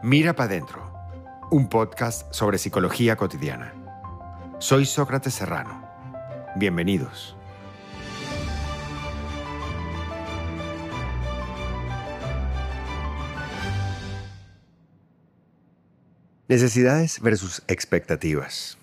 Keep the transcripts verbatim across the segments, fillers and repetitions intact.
Mira pa' dentro, un podcast sobre psicología cotidiana. Soy Sócrates Serrano. Bienvenidos. Necesidades versus expectativas.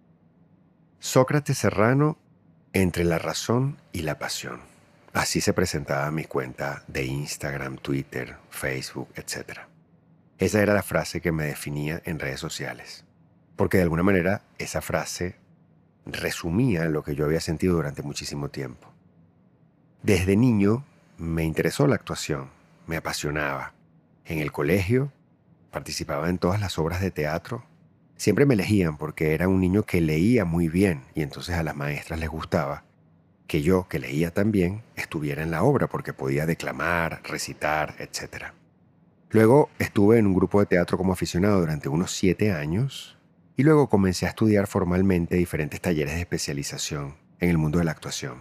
Sócrates Serrano entre la razón y la pasión. Así se presentaba mi cuenta de Instagram, Twitter, Facebook, etcétera. Esa era la frase que me definía en redes sociales, porque de alguna manera esa frase resumía lo que yo había sentido durante muchísimo tiempo. Desde niño me interesó la actuación, me apasionaba. En el colegio participaba en todas las obras de teatro. Siempre me elegían porque era un niño que leía muy bien y entonces a las maestras les gustaba que yo, que leía tan bien, estuviera en la obra porque podía declamar, recitar, etcétera. Luego estuve en un grupo de teatro como aficionado durante unos siete años y luego comencé a estudiar formalmente diferentes talleres de especialización en el mundo de la actuación.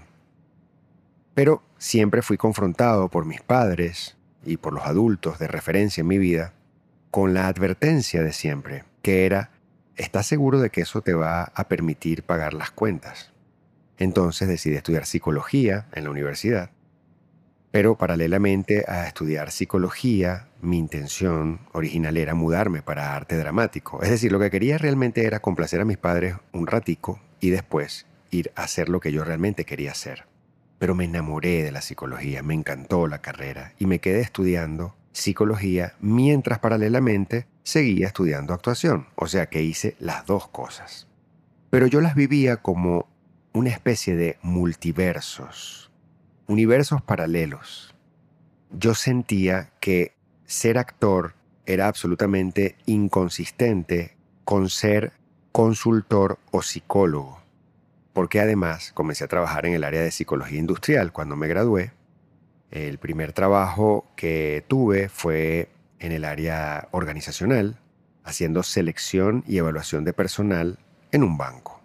Pero siempre fui confrontado por mis padres y por los adultos de referencia en mi vida con la advertencia de siempre, que era: ¿estás seguro de que eso te va a permitir pagar las cuentas? Entonces decidí estudiar psicología en la universidad. Pero paralelamente a estudiar psicología, mi intención original era mudarme para arte dramático. Es decir, lo que quería realmente era complacer a mis padres un ratico y después ir a hacer lo que yo realmente quería hacer. Pero me enamoré de la psicología, me encantó la carrera y me quedé estudiando psicología mientras paralelamente seguía estudiando actuación. O sea que hice las dos cosas. Pero yo las vivía como una especie de multiversos. Universos paralelos. Yo sentía que ser actor era absolutamente inconsistente con ser consultor o psicólogo, porque además comencé a trabajar en el área de psicología industrial cuando me gradué. El primer trabajo que tuve fue en el área organizacional, haciendo selección y evaluación de personal en un banco.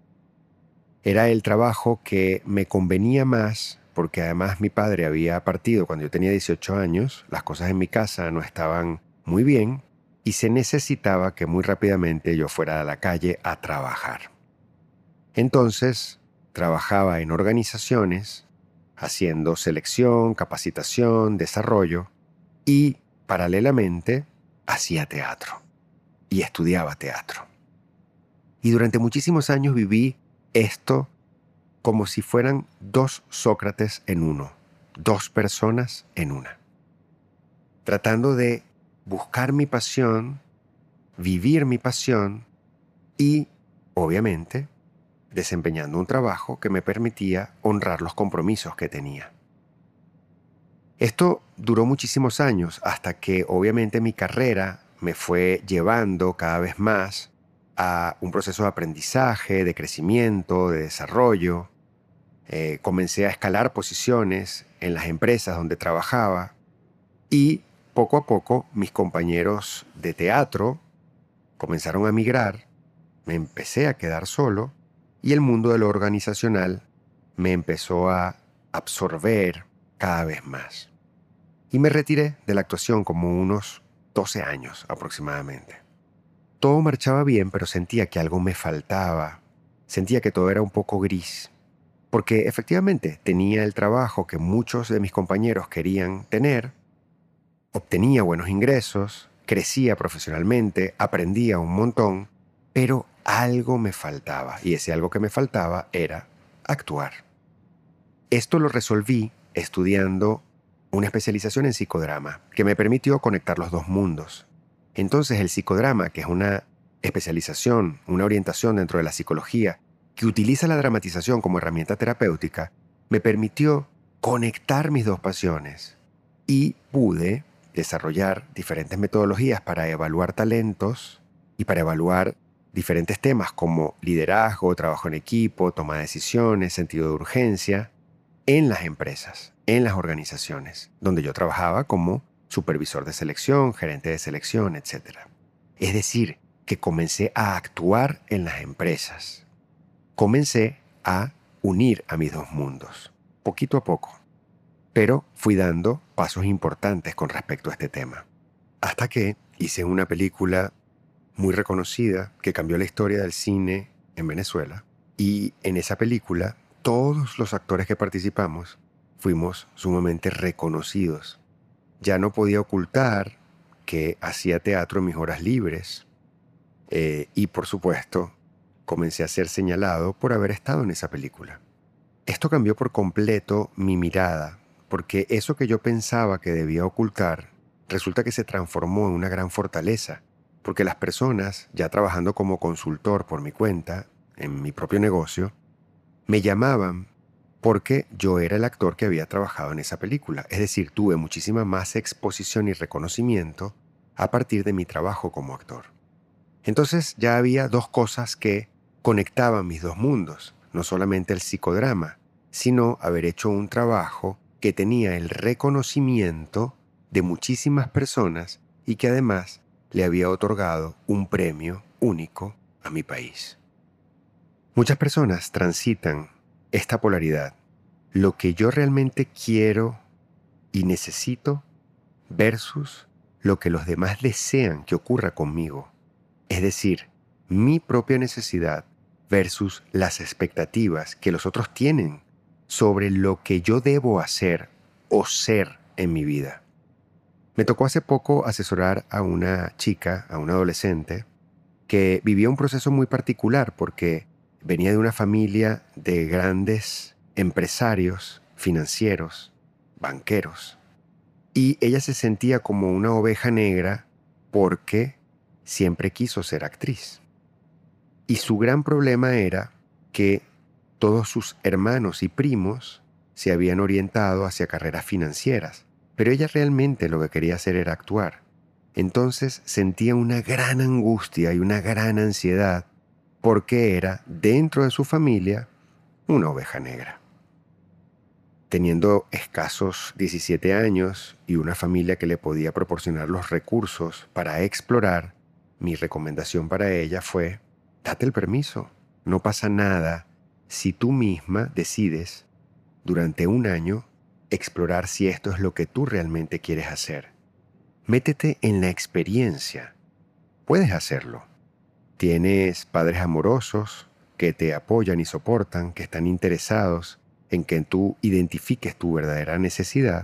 Era el trabajo que me convenía más porque además mi padre había partido cuando yo tenía dieciocho años, las cosas en mi casa no estaban muy bien y se necesitaba que muy rápidamente yo fuera a la calle a trabajar. Entonces, trabajaba en organizaciones, haciendo selección, capacitación, desarrollo y paralelamente hacía teatro y estudiaba teatro. Y durante muchísimos años viví esto como si fueran dos Sócrates en uno, dos personas en una. Tratando de buscar mi pasión, vivir mi pasión y, obviamente, desempeñando un trabajo que me permitía honrar los compromisos que tenía. Esto duró muchísimos años hasta que, obviamente, mi carrera me fue llevando cada vez más a un proceso de aprendizaje, de crecimiento, de desarrollo. Eh, comencé a escalar posiciones en las empresas donde trabajaba y poco a poco mis compañeros de teatro comenzaron a migrar, me empecé a quedar solo y el mundo de lo organizacional me empezó a absorber cada vez más. Y me retiré de la actuación como unos doce años aproximadamente. Todo marchaba bien, pero sentía que algo me faltaba, sentía que todo era un poco gris. Porque efectivamente tenía el trabajo que muchos de mis compañeros querían tener, obtenía buenos ingresos, crecía profesionalmente, aprendía un montón, pero algo me faltaba y ese algo que me faltaba era actuar. Esto lo resolví estudiando una especialización en psicodrama que me permitió conectar los dos mundos. Entonces el psicodrama, que es una especialización, una orientación dentro de la psicología, que utiliza la dramatización como herramienta terapéutica, me permitió conectar mis dos pasiones y pude desarrollar diferentes metodologías para evaluar talentos y para evaluar diferentes temas como liderazgo, trabajo en equipo, toma de decisiones, sentido de urgencia, en las empresas, en las organizaciones, donde yo trabajaba como supervisor de selección, gerente de selección, etcétera. Es decir, que comencé a actuar en las empresas. Comencé a unir a mis dos mundos, poquito a poco, pero fui dando pasos importantes con respecto a este tema. Hasta que hice una película muy reconocida que cambió la historia del cine en Venezuela. Y en esa película, todos los actores que participamos fuimos sumamente reconocidos. Ya no podía ocultar que hacía teatro en mis horas libres. Eh, y por supuesto, comencé a ser señalado por haber estado en esa película. Esto cambió por completo mi mirada, porque eso que yo pensaba que debía ocultar, resulta que se transformó en una gran fortaleza, porque las personas, ya trabajando como consultor por mi cuenta, en mi propio negocio, me llamaban porque yo era el actor que había trabajado en esa película. Es decir, tuve muchísima más exposición y reconocimiento a partir de mi trabajo como actor. Entonces ya había dos cosas que conectaban mis dos mundos, no solamente el psicodrama, sino haber hecho un trabajo que tenía el reconocimiento de muchísimas personas y que además le había otorgado un premio único a mi país. Muchas personas transitan esta polaridad, lo que yo realmente quiero y necesito versus lo que los demás desean que ocurra conmigo. Es decir, mi propia necesidad versus las expectativas que los otros tienen sobre lo que yo debo hacer o ser en mi vida. Me tocó hace poco asesorar a una chica, a una adolescente, que vivía un proceso muy particular porque venía de una familia de grandes empresarios financieros, banqueros, y ella se sentía como una oveja negra porque siempre quiso ser actriz. Y su gran problema era que todos sus hermanos y primos se habían orientado hacia carreras financieras, pero ella realmente lo que quería hacer era actuar. Entonces sentía una gran angustia y una gran ansiedad porque era, dentro de su familia, una oveja negra. Teniendo escasos diecisiete años y una familia que le podía proporcionar los recursos para explorar, mi recomendación para ella fue: date el permiso, no pasa nada si tú misma decides durante un año explorar si esto es lo que tú realmente quieres hacer. Métete en la experiencia, puedes hacerlo. Tienes padres amorosos que te apoyan y soportan, que están interesados en que tú identifiques tu verdadera necesidad,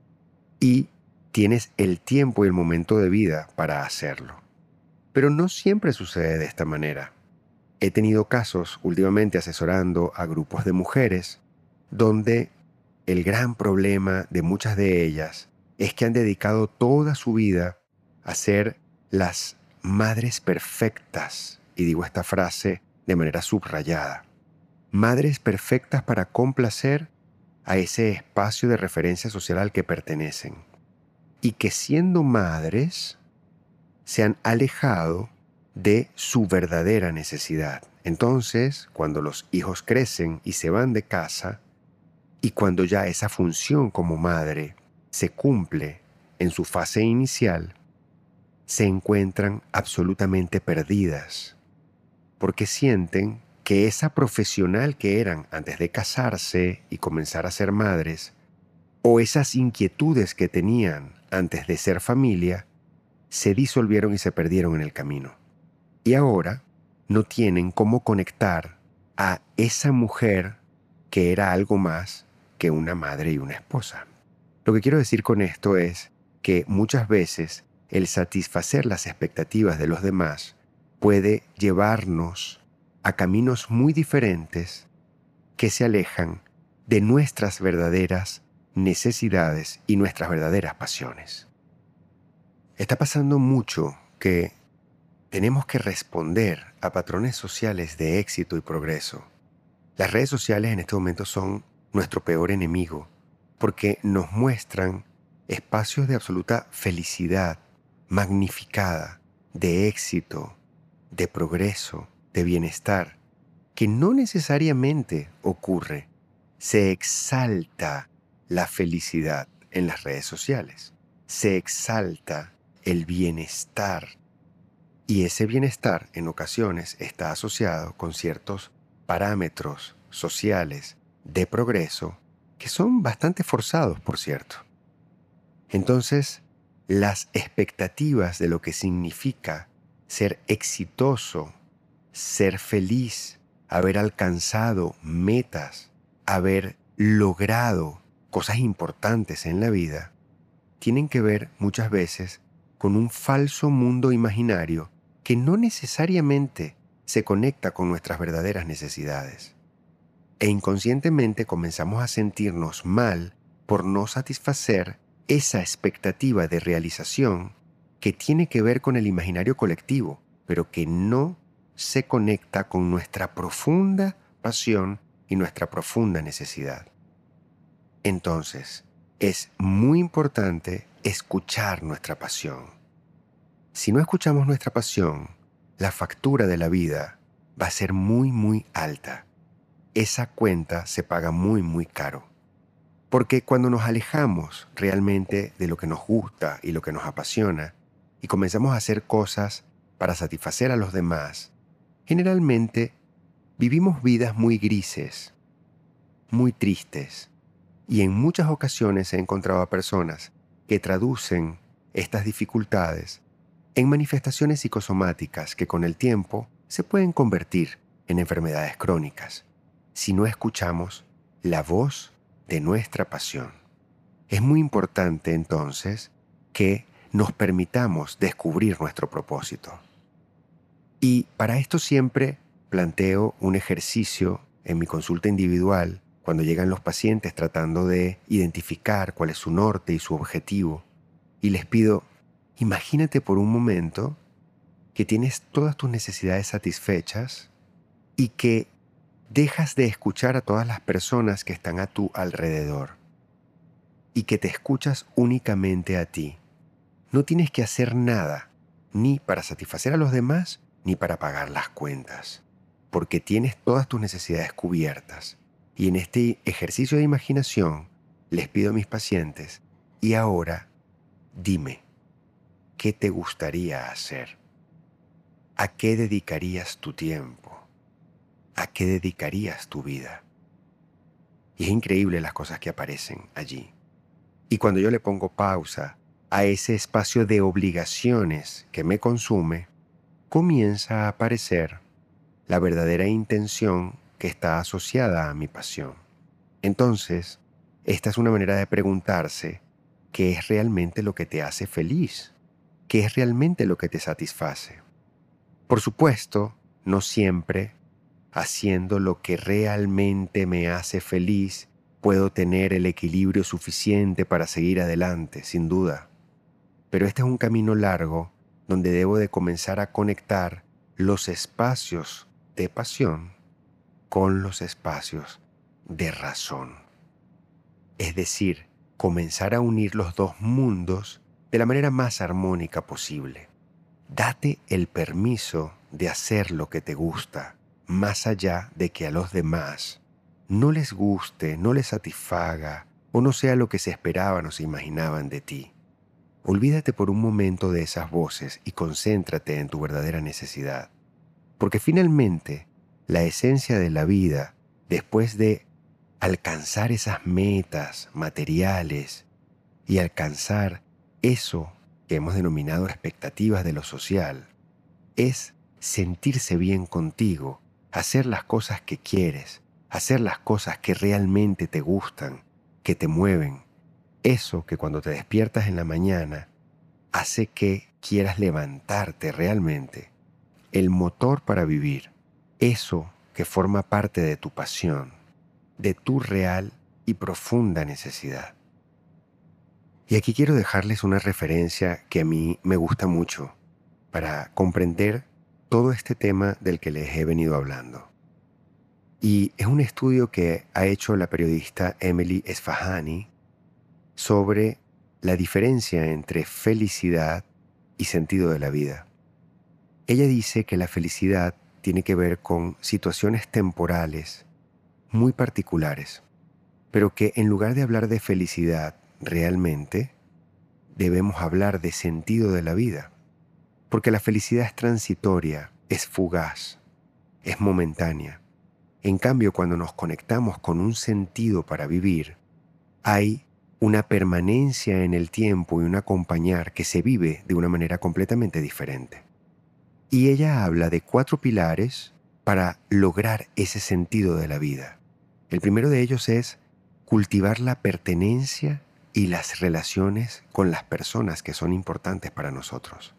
y tienes el tiempo y el momento de vida para hacerlo. Pero no siempre sucede de esta manera. He tenido casos últimamente asesorando a grupos de mujeres donde el gran problema de muchas de ellas es que han dedicado toda su vida a ser las madres perfectas, y digo esta frase de manera subrayada, madres perfectas para complacer a ese espacio de referencia social al que pertenecen, y que siendo madres se han alejado de su verdadera necesidad. Entonces, cuando los hijos crecen y se van de casa, y cuando ya esa función como madre se cumple en su fase inicial, se encuentran absolutamente perdidas, porque sienten que esa profesional que eran antes de casarse y comenzar a ser madres, o esas inquietudes que tenían antes de ser familia, se disolvieron y se perdieron en el camino. Y ahora no tienen cómo conectar a esa mujer que era algo más que una madre y una esposa. Lo que quiero decir con esto es que muchas veces el satisfacer las expectativas de los demás puede llevarnos a caminos muy diferentes que se alejan de nuestras verdaderas necesidades y nuestras verdaderas pasiones. Está pasando mucho que tenemos que responder a patrones sociales de éxito y progreso. Las redes sociales en este momento son nuestro peor enemigo, porque nos muestran espacios de absoluta felicidad, magnificada, de éxito, de progreso, de bienestar, que no necesariamente ocurre. Se exalta la felicidad en las redes sociales, se exalta el bienestar, y ese bienestar en ocasiones está asociado con ciertos parámetros sociales de progreso que son bastante forzados, por cierto. Entonces, las expectativas de lo que significa ser exitoso, ser feliz, haber alcanzado metas, haber logrado cosas importantes en la vida, tienen que ver muchas veces con un falso mundo imaginario que no necesariamente se conecta con nuestras verdaderas necesidades. E inconscientemente comenzamos a sentirnos mal por no satisfacer esa expectativa de realización que tiene que ver con el imaginario colectivo, pero que no se conecta con nuestra profunda pasión y nuestra profunda necesidad. Entonces, es muy importante escuchar nuestra pasión. Si no escuchamos nuestra pasión, la factura de la vida va a ser muy, muy alta. Esa cuenta se paga muy, muy caro. Porque cuando nos alejamos realmente de lo que nos gusta y lo que nos apasiona y comenzamos a hacer cosas para satisfacer a los demás, generalmente vivimos vidas muy grises, muy tristes, y en muchas ocasiones he encontrado a personas que traducen estas dificultades en manifestaciones psicosomáticas que con el tiempo se pueden convertir en enfermedades crónicas si no escuchamos la voz de nuestra pasión. Es muy importante entonces que nos permitamos descubrir nuestro propósito. Y para esto siempre planteo un ejercicio en mi consulta individual cuando llegan los pacientes tratando de identificar cuál es su norte y su objetivo. Y les pido, imagínate por un momento que tienes todas tus necesidades satisfechas y que dejas de escuchar a todas las personas que están a tu alrededor y que te escuchas únicamente a ti. No tienes que hacer nada, ni para satisfacer a los demás, ni para pagar las cuentas, porque tienes todas tus necesidades cubiertas. Y en este ejercicio de imaginación les pido a mis pacientes, y ahora dime, ¿qué te gustaría hacer? ¿A qué dedicarías tu tiempo? ¿A qué dedicarías tu vida? Y es increíble las cosas que aparecen allí. Y cuando yo le pongo pausa a ese espacio de obligaciones que me consume, comienza a aparecer la verdadera intención que está asociada a mi pasión. Entonces, esta es una manera de preguntarse qué es realmente lo que te hace feliz, qué es realmente lo que te satisface. Por supuesto, no siempre haciendo lo que realmente me hace feliz puedo tener el equilibrio suficiente para seguir adelante, sin duda. Pero este es un camino largo donde debo de comenzar a conectar los espacios de pasión con los espacios de razón. Es decir, comenzar a unir los dos mundos de la manera más armónica posible. Date el permiso de hacer lo que te gusta, más allá de que a los demás no les guste, no les satisfaga o no sea lo que se esperaban o se imaginaban de ti. Olvídate por un momento de esas voces y concéntrate en tu verdadera necesidad. Porque finalmente, la esencia de la vida, después de alcanzar esas metas materiales y alcanzar eso que hemos denominado expectativas de lo social, es sentirse bien contigo, hacer las cosas que quieres, hacer las cosas que realmente te gustan, que te mueven. Eso que cuando te despiertas en la mañana hace que quieras levantarte realmente. El motor para vivir. Eso que forma parte de tu pasión, de tu real y profunda necesidad. Y aquí quiero dejarles una referencia que a mí me gusta mucho para comprender todo este tema del que les he venido hablando. Y es un estudio que ha hecho la periodista Emily Esfahani sobre la diferencia entre felicidad y sentido de la vida. Ella dice que la felicidad tiene que ver con situaciones temporales muy particulares, pero que en lugar de hablar de felicidad realmente, debemos hablar de sentido de la vida, porque la felicidad es transitoria, es fugaz, es momentánea. En cambio, cuando nos conectamos con un sentido para vivir, hay una permanencia en el tiempo y un acompañar que se vive de una manera completamente diferente. Y ella habla de cuatro pilares para lograr ese sentido de la vida. El primero de ellos es cultivar la pertenencia y las relaciones con las personas que son importantes para nosotros.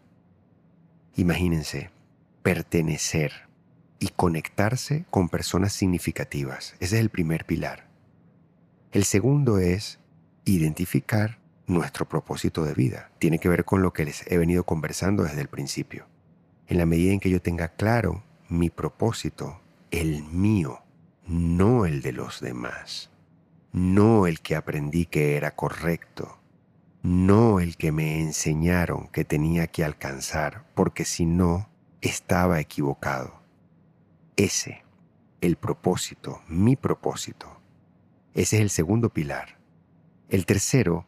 Imagínense, pertenecer y conectarse con personas significativas. Ese es el primer pilar. El segundo es identificar nuestro propósito de vida. Tiene que ver con lo que les he venido conversando desde el principio. En la medida en que yo tenga claro mi propósito, el mío, no el de los demás, no el que aprendí que era correcto, no el que me enseñaron que tenía que alcanzar, porque si no, estaba equivocado. Ese, el propósito, mi propósito, ese es el segundo pilar. El tercero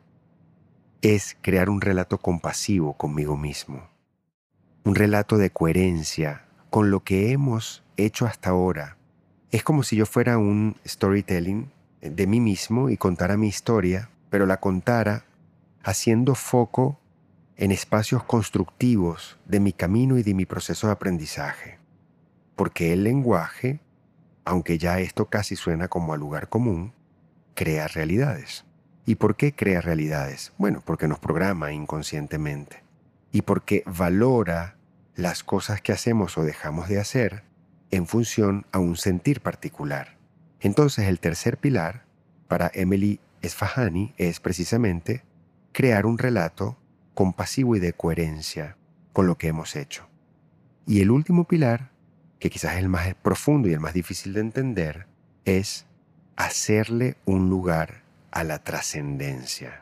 es crear un relato compasivo conmigo mismo, un relato de coherencia con lo que hemos hecho hasta ahora. Es como si yo fuera un storytelling de mí mismo y contara mi historia, pero la contara haciendo foco en espacios constructivos de mi camino y de mi proceso de aprendizaje. Porque el lenguaje, aunque ya esto casi suena como a lugar común, crea realidades. ¿Y por qué crea realidades? Bueno, porque nos programa inconscientemente y porque valora las cosas que hacemos o dejamos de hacer en función a un sentir particular. Entonces, el tercer pilar para Emily Esfahani es precisamente crear un relato compasivo y de coherencia con lo que hemos hecho. Y el último pilar, que quizás es el más profundo y el más difícil de entender, es hacerle un lugar a la trascendencia.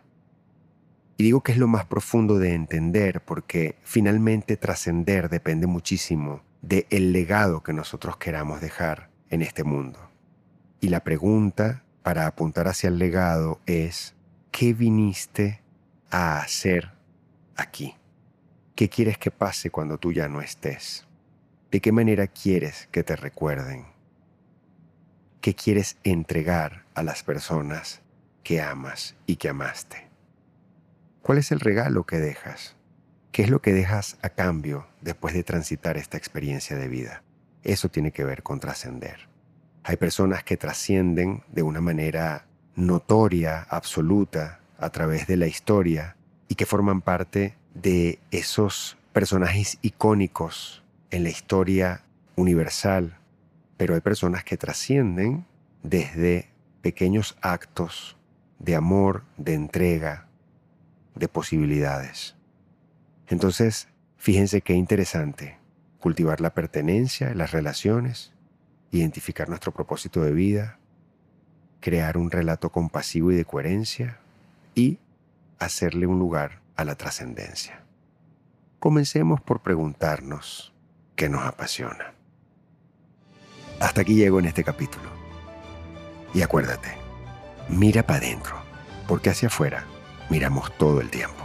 Y digo que es lo más profundo de entender porque finalmente trascender depende muchísimo del legado que nosotros queramos dejar en este mundo. Y la pregunta para apuntar hacia el legado es, ¿qué viniste a hacer aquí? ¿Qué quieres que pase cuando tú ya no estés? ¿De qué manera quieres que te recuerden? ¿Qué quieres entregar a las personas que amas y que amaste? ¿Cuál es el regalo que dejas? ¿Qué es lo que dejas a cambio después de transitar esta experiencia de vida? Eso tiene que ver con trascender. Hay personas que trascienden de una manera notoria, absoluta, a través de la historia y que forman parte de esos personajes icónicos en la historia universal. Pero hay personas que trascienden desde pequeños actos de amor, de entrega, de posibilidades. Entonces, fíjense qué interesante cultivar la pertenencia, las relaciones, identificar nuestro propósito de vida, crear un relato compasivo y de coherencia y hacerle un lugar a la trascendencia. Comencemos por preguntarnos qué nos apasiona. Hasta aquí llego en este capítulo. Y acuérdate, mira para adentro, porque hacia afuera miramos todo el tiempo.